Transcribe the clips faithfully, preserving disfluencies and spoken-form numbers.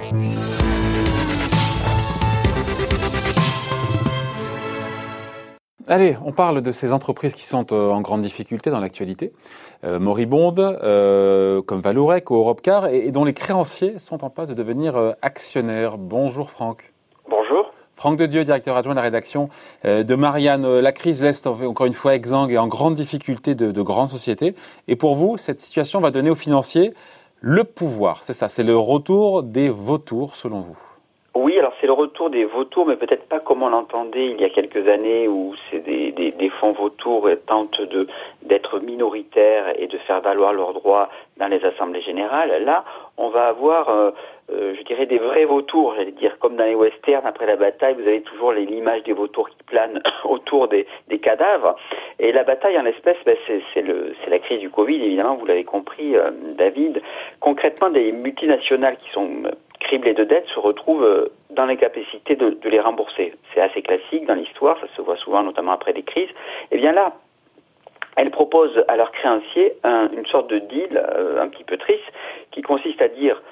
Allez, on parle de ces entreprises qui sont euh, en grande difficulté dans l'actualité, euh, moribondes, euh, comme Vallourec ou Europcar, et, et dont les créanciers sont en passe de devenir euh, actionnaires. Bonjour Franck. Bonjour. Franck Dedieu, directeur adjoint de la rédaction euh, de Marianne. La crise laisse encore une fois exsangue et en grande difficulté de, de grandes sociétés. Et pour vous, cette situation va donner aux financiers le pouvoir. C'est ça, c'est le retour des vautours selon vous. Oui, alors c'est le retour des vautours, mais peut-être pas comme on l'entendait il y a quelques années, où c'est des, des, des fonds vautours tentent de d'être minoritaires et de faire valoir leurs droits dans les assemblées générales. Là, on va avoir, euh, euh, je dirais, des vrais vautours, j'allais dire, comme dans les westerns, après la bataille, vous avez toujours les, l'image des vautours qui planent autour des, des cadavres. Et la bataille en l'espèce, ben, c'est, c'est, le, c'est la crise du Covid, évidemment, vous l'avez compris, euh, David. Concrètement, des multinationales qui sont criblées de dettes se retrouvent dans l'incapacité de, de les rembourser. C'est assez classique dans l'histoire, ça se voit souvent, notamment après des crises. Et bien là, elles proposent à leurs créanciers un, une sorte de deal euh, un petit peu triste qui consiste à dire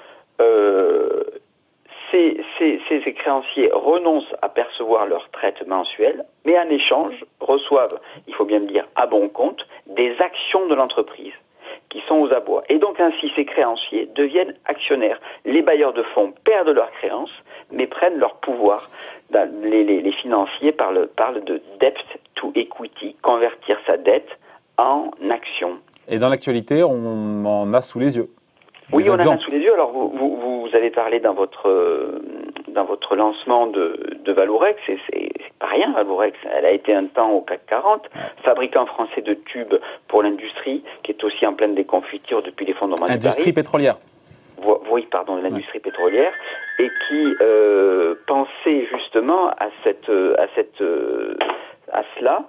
euh, ces, ces, ces, ces créanciers renoncent à percevoir leur traite mensuelle, mais en échange reçoivent, il faut bien le dire, à bon compte, des actions de l'entreprise qui sont aux abois. Et donc ainsi, ces créanciers deviennent actionnaires. Les bailleurs de fonds perdent leurs créances, mais prennent leur pouvoir. Les, les, les financiers parlent, parlent de debt to equity, convertir sa dette en action. Et dans l'actualité, on en a sous les yeux. Oui, on en a sous les yeux. Alors, vous, vous, vous avez parlé dans votre dans votre lancement de, de Vallourec, c'est, c'est, c'est pas rien, Vallourec. Elle a été un temps au C A C quarante, ouais. Fabricant français de tubes pour l'industrie, qui est aussi en pleine déconfiture depuis l'effondrement du Paris. Industrie pétrolière. Oui, pardon, de l'industrie ouais. pétrolière, et qui euh, pensait justement à cette à cette à cela.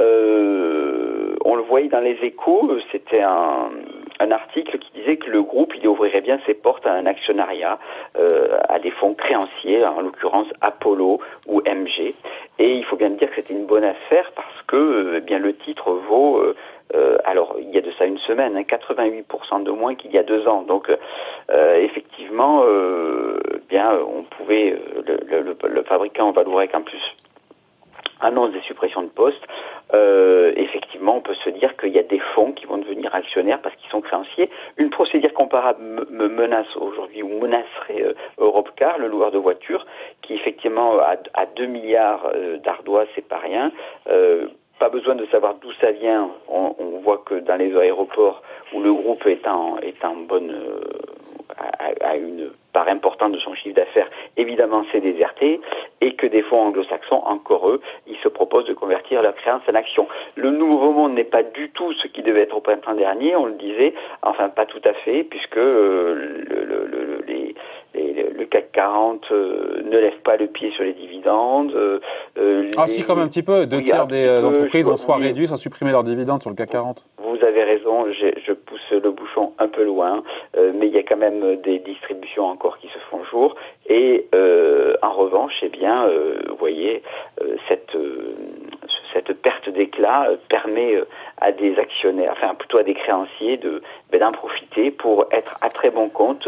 Euh, on le voyait dans les Échos, c'était un un article qui disait que le groupe il ouvrirait bien ses portes à un actionnariat, euh, à des fonds créanciers, en l'occurrence Apollo ou M G. Et il faut bien dire que c'était une bonne affaire parce que euh, bien le titre vaut, euh, euh, alors il y a de ça une semaine, hein, quatre-vingt-huit pour cent de moins qu'il y a deux ans. Donc euh, effectivement, euh, bien on pouvait, le, le, le fabricant Vallourec en plus annonce des suppressions de postes, euh, effectivement, on peut se dire qu'il y a des fonds qui vont devenir actionnaires parce qu'ils sont créanciers. Une procédure comparable me, me menace aujourd'hui, ou menacerait euh, Europcar, le loueur de voitures, qui effectivement a, a deux milliards euh, d'ardoises, c'est pas rien. Euh, pas besoin de savoir d'où ça vient. On, on voit que dans les aéroports où le groupe est en, est en bonne... Euh, à, à une part importante de son chiffre d'affaires, évidemment c'est déserté, et que des fonds anglo-saxons, encore eux, ils se proposent de convertir leurs créances en actions. Le Nouveau Monde n'est pas du tout ce qui devait être au printemps dernier, on le disait, enfin pas tout à fait, puisque euh, le, le, le, les, les, le C A C quarante euh, ne lève pas le pied sur les dividendes. Euh, ah les... si, comme un petit peu, deux oui, tiers des peu, entreprises ont soit réduit, soit supprimé leurs dividendes sur le C A C quarante. Vous avez raison, je, je pousse le bouchon un peu loin, euh, mais il y a quand même des distributions encore qui se font jour. Et euh, en revanche, eh bien, euh, vous voyez, euh, cette euh, cette perte d'éclat euh, permet euh, à des actionnaires, enfin plutôt à des créanciers, de ben, d'en profiter pour être à très bon compte,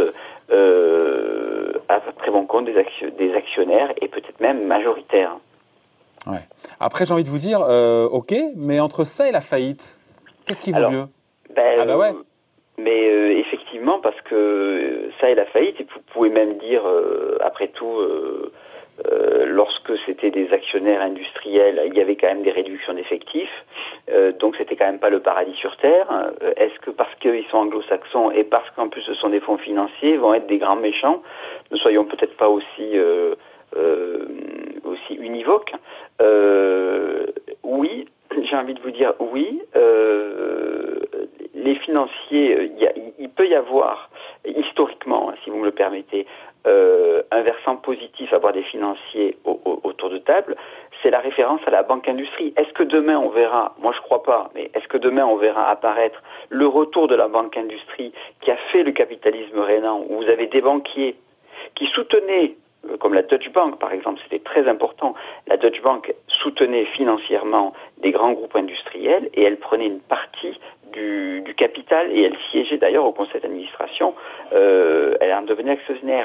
euh, à très bon compte des, action, des actionnaires et peut-être même majoritaires. Ouais. Après, j'ai envie de vous dire, euh, ok, mais entre ça et la faillite, qu'est-ce qui vaut Alors, mieux ben, Ah bah ouais. Mais euh, effectivement, parce que ça et la faillite, et vous pouvez même dire, euh, après tout, euh, euh, lorsque c'était des actionnaires industriels, il y avait quand même des réductions d'effectifs, euh, donc c'était quand même pas le paradis sur terre. Euh, est-ce que parce qu'ils sont anglo-saxons et parce qu'en plus ce sont des fonds financiers, vont être des grands méchants? Ne soyons peut-être pas aussi euh, euh, aussi univoques. Euh, oui. J'ai envie de vous dire oui, euh, les financiers, il, y a, il peut y avoir, historiquement, si vous me le permettez, euh, un versant positif à avoir des financiers au, au, autour de table, c'est la référence à la banque industrie. Est-ce que demain on verra, moi je crois pas, mais est-ce que demain on verra apparaître le retour de la banque industrie qui a fait le capitalisme rénan, où vous avez des banquiers qui soutenaient, comme la Deutsche Bank par exemple, c'était très important, la Deutsche Bank soutenait financièrement des grands groupes industriels et elle prenait une partie du, du capital et elle siégeait d'ailleurs au conseil d'administration, euh, elle en devenait actionnaire.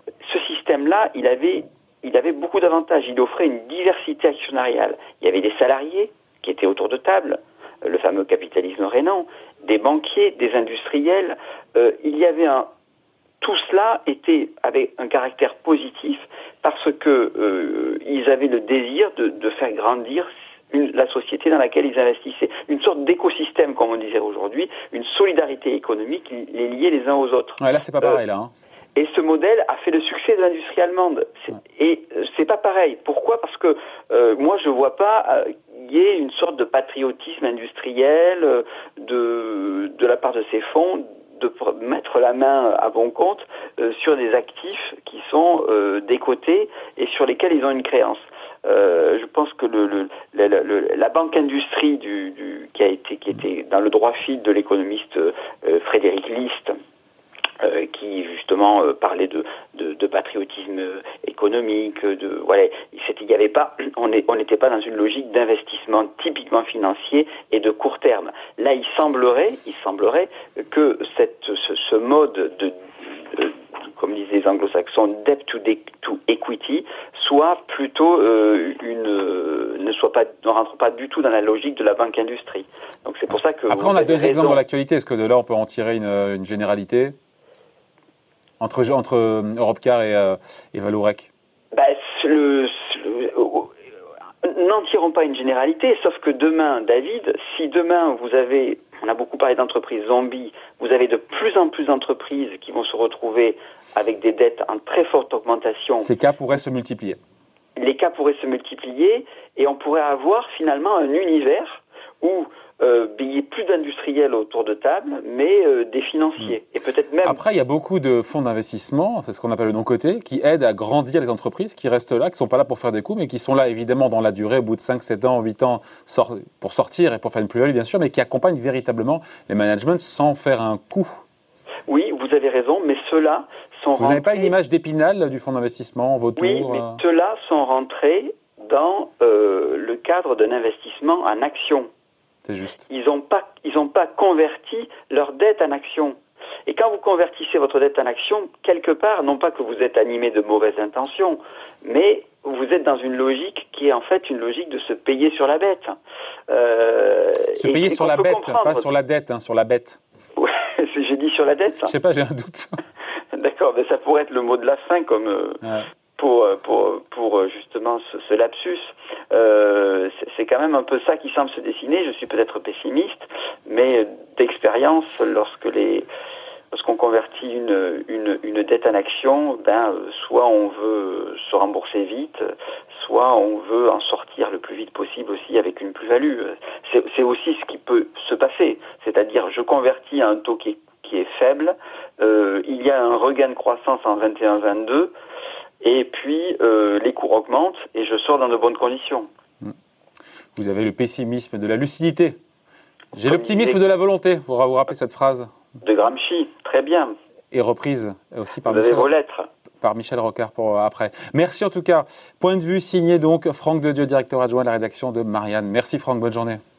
ce système-là, il avait, il avait beaucoup d'avantages. Il offrait une diversité actionnariale. Il y avait des salariés qui étaient autour de table, le fameux capitalisme rénant, des banquiers, des industriels. Euh, il y avait un, tout cela était avait un caractère positif parce que euh, ils avaient le désir de, de faire grandir une, la société dans laquelle ils investissaient. Une sorte d'écosystème, comme on disait aujourd'hui, une solidarité économique qui les liait les uns aux autres. Ouais, là, c'est pas pareil, euh, là. Hein. Et ce modèle a fait le succès de l'industrie allemande. C'est, ouais. Et c'est pas pareil. Pourquoi ? Parce que euh, moi, je vois pas euh, qu'il y ait une sorte de patriotisme industriel euh, de de la part de ces fonds de mettre la main à bon compte euh, sur des actifs qui sont euh, décotés et sur lesquels ils ont une créance. Euh, je pense que le, le, le, le, la banque industrie du, du, qui a été qui était dans le droit fil de l'économiste euh, Frédéric List, euh, qui justement euh, parlait de, de, de patriotisme économique, de voilà, il n'y avait pas, on n'est on n'était pas dans une logique d'investissement typiquement financier et de court terme. Là, il semblerait, il semblerait que cette ce, ce mode de, de comme disent les anglo-saxons, debt to, to equity, soit plutôt euh, une euh, ne soit pas ne rentre pas du tout dans la logique de la banque industrie. Donc c'est pour ça que après on a deux raison. exemples dans l'actualité. Est-ce que de là on peut en tirer une, une généralité entre entre Europcar et, euh, et Vallourec? Bah, le, le n'en tirons pas une généralité, sauf que demain, David, si demain vous avez, on a beaucoup parlé d'entreprises zombies, vous avez de plus en plus d'entreprises qui vont se retrouver avec des dettes en très forte augmentation. Ces cas pourraient se multiplier. Les cas pourraient se multiplier et on pourrait avoir finalement un univers où euh, il n'y ait plus d'industriels autour de table, mais euh, des financiers. Mmh. Et peut-être même... Après, il y a beaucoup de fonds d'investissement, c'est ce qu'on appelle le non-coté, qui aident à grandir les entreprises, qui restent là, qui ne sont pas là pour faire des coups, mais qui sont là évidemment dans la durée, au bout de cinq, sept ans, huit ans, sort, pour sortir et pour faire une plus-value, bien sûr, mais qui accompagnent véritablement les managements sans faire un coup. Oui, vous avez raison, mais ceux-là sont Vous rentrés... n'avez pas une image d'Épinal du fonds d'investissement, Vautour? Oui, mais euh... ceux-là sont rentrés dans euh, le cadre d'un investissement en actions. C'est juste. Ils n'ont pas, ils n'ont pas converti leur dette en action. Et quand vous convertissez votre dette en action, quelque part, non pas que vous êtes animé de mauvaises intentions, mais vous êtes dans une logique qui est en fait une logique de se payer sur la bête. Euh, se payer sur la bête, comprendre. Pas sur la dette, hein, sur la bête. Ouais, j'ai dit sur la dette. Je sais pas, j'ai un doute. D'accord, mais ça pourrait être le mot de la fin, comme euh, ouais. pour, pour pour justement ce, ce lapsus. Euh, c'est, c'est quand même un peu ça qui semble se dessiner. Je suis peut-être pessimiste, mais d'expérience, lorsque les lorsqu'on convertit une, une, une dette en action, ben soit on veut se rembourser vite, soit on veut en sortir le plus vite possible aussi avec une plus-value. C'est, c'est aussi ce qui peut se passer, c'est-à-dire je convertis à un taux qui est, qui est faible, euh, il y a un regain de croissance en vingt et un vingt-deux, et puis euh, les cours augmentent et je sors dans de bonnes conditions. Vous avez le pessimisme de la lucidité. J'ai Comme l'optimisme disait... de la volonté, vous vous rappelez cette phrase de Gramsci, très bien. Et reprise aussi par Vous Michel, avez vos lettres. Par Michel Rocard pour après. Merci en tout cas. Point de vue signé donc Franck Dedieu, directeur adjoint de la rédaction de Marianne. Merci Franck, bonne journée.